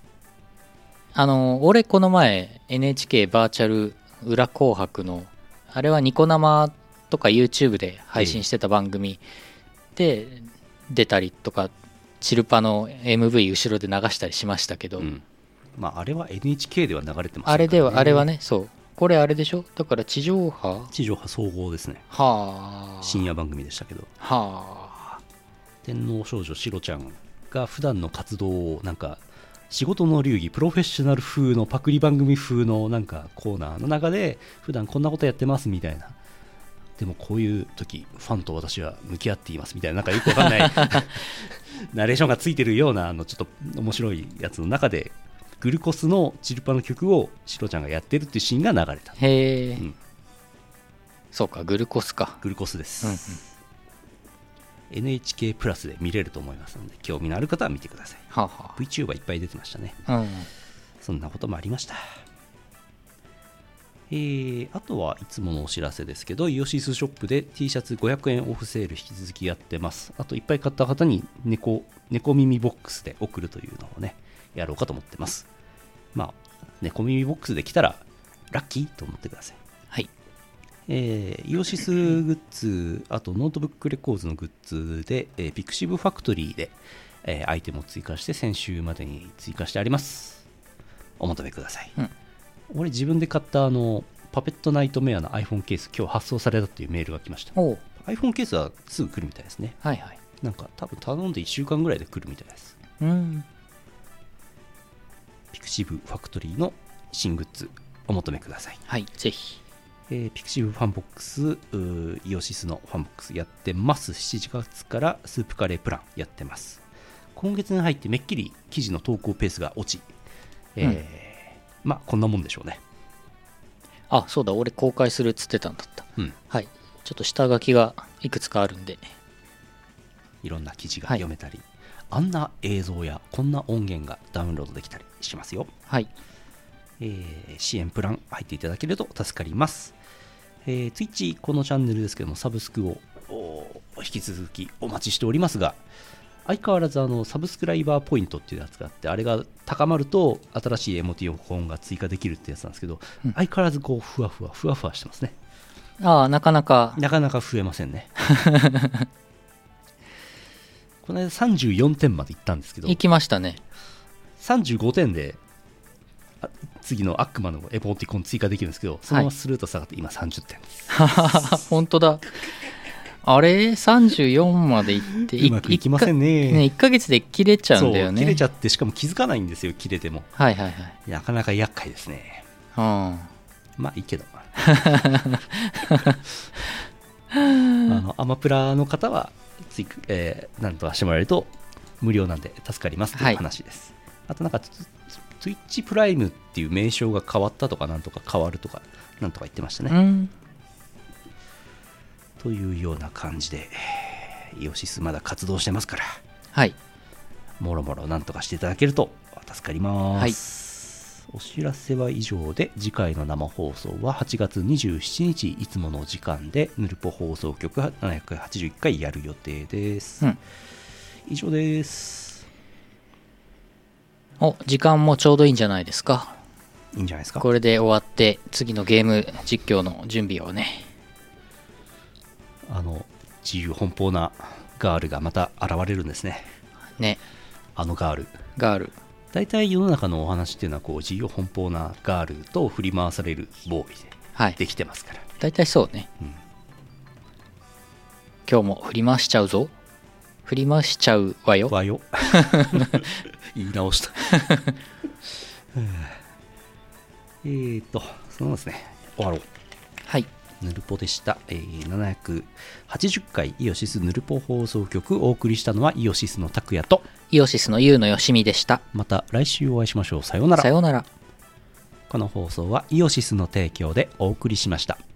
俺この前 NHK バーチャル裏紅白のあれはニコ生とか YouTube で配信してた番組で出たりとかチルパの MV 後ろで流したりしましたけど、 まああれは NHK では流れてましたからね。あれはね、そうこれあれでしょ、だから地上波総合ですね。 はあ、 深夜番組でしたけど、 はあ、 天皇少女シロちゃんが普段の活動をなんか仕事の流儀プロフェッショナル風のパクリ番組風のなんかコーナーの中で普段こんなことやってますみたいな、でもこういう時ファンと私は向き合っていますみたいな、なんかよくわかんないナレーションがついてるようなちょっと面白いやつの中でグルコスのチルパの曲をシロちゃんがやってるっていうシーンが流れた。 へえ、そうか、グルコスか。 グルコスです、NHK プラスで見れると思いますので興味のある方は見てください。 はあはあ、 VTuber いっぱい出てましたね。そんなこともありました。あとはいつものお知らせですけど、イオシスショップで T シャツ500円オフセール引き続きやってます。あといっぱい買った方に猫耳ボックスで送るというのをねやろうかと思ってます。まあ猫耳ボックスで来たらラッキーと思ってください。 はい。 イオシスグッズ、あとノートブックレコーズのグッズで、ピクシブファクトリーで、アイテムを追加して先週までに追加してあります。お求めください。俺自分で買ったパペットナイトメアの iPhone ケース今日発送されたっていうメールが来ました。iPhone ケースはすぐ来るみたいですね。 はいはい。 なんか多分頼んで1週間ぐらいで来るみたいです。ピクシブファクトリーの新グッズお求めください。 はい、ぜひ。 ピクシブファンボックス、イオシスのファンボックスやってます。7月からスープカレープランやってます。今月に入ってめっきり記事の投稿ペースが落ち、まあこんなもんでしょうね。 あ、そうだ、俺公開するっつってたんだった。はい。ちょっと下書きがいくつかあるんで。 いろんな記事が読めたり、あんな映像やこんな音源がダウンロードできたりしますよ。 はい。 支援プラン入っていただけると助かります。Twitch このチャンネルですけどもサブスクを引き続きお待ちしておりますが、相変わらずサブスクライバーポイントっていうやつがあって、あれが高まると新しいエモティフォンが追加できるってやつなんですけど、相変わらずこうふわふわしてますね。 なかなか増えませんね。この間34点までいったんですけど、 行きましたね。 35点で次の悪魔のエモティコン追加できるんですけど、そのままスルーと下がって今30点です。 本当だ。あれ34までいってうまくいきませんね。 1ヶ月で切れちゃうんだよね。 そう切れちゃって、しかも気づかないんですよ、切れても。 はいはいはい。 なかなか厄介ですね。まあいいけどアマプラの方はなんとかしてもらえると無料なんで助かりますという話です、あとなんかTwitch プライムっていう名称が変わったとかなんとか変わるとかなんとか言ってましたね、というような感じでイオシスまだ活動してますから、 はい。 もろもろなんとかしていただけると助かります。お知らせは以上で、次回の生放送は8月27日いつもの時間でヌルポ放送局781回やる予定です。以上です。 時間もちょうどいいんじゃないですか。 いいんじゃないですか。 これで終わって次のゲーム実況の準備をね。 自由奔放なガールがまた現れるんですね。 ね。 ガール。大体世の中のお話っていうのはこう自由奔放なガールと振り回されるボーイでできてますから。 大体そうね。今日も振り回しちゃうぞ。振り回しちゃうわよ。 言い直した。そのですね、終わろう。 はい。 ヌルポでした。780回イオシスヌルポ放送局、お送りしたのはイオシスの拓也とイオシスのユウのよしみでした。 また来週お会いしましょう。さようなら。 さようなら。 この放送はイオシスの提供でお送りしました。